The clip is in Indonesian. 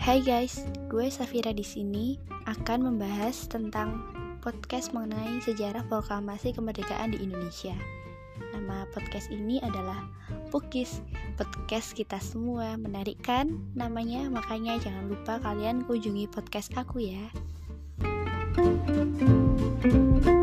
Hai guys, gue Safira di sini akan membahas tentang podcast mengenai sejarah proklamasi kemerdekaan di Indonesia. Nama podcast ini adalah Pukis, podcast kita semua. Menarik kan namanya? Makanya jangan lupa kalian kunjungi podcast aku ya.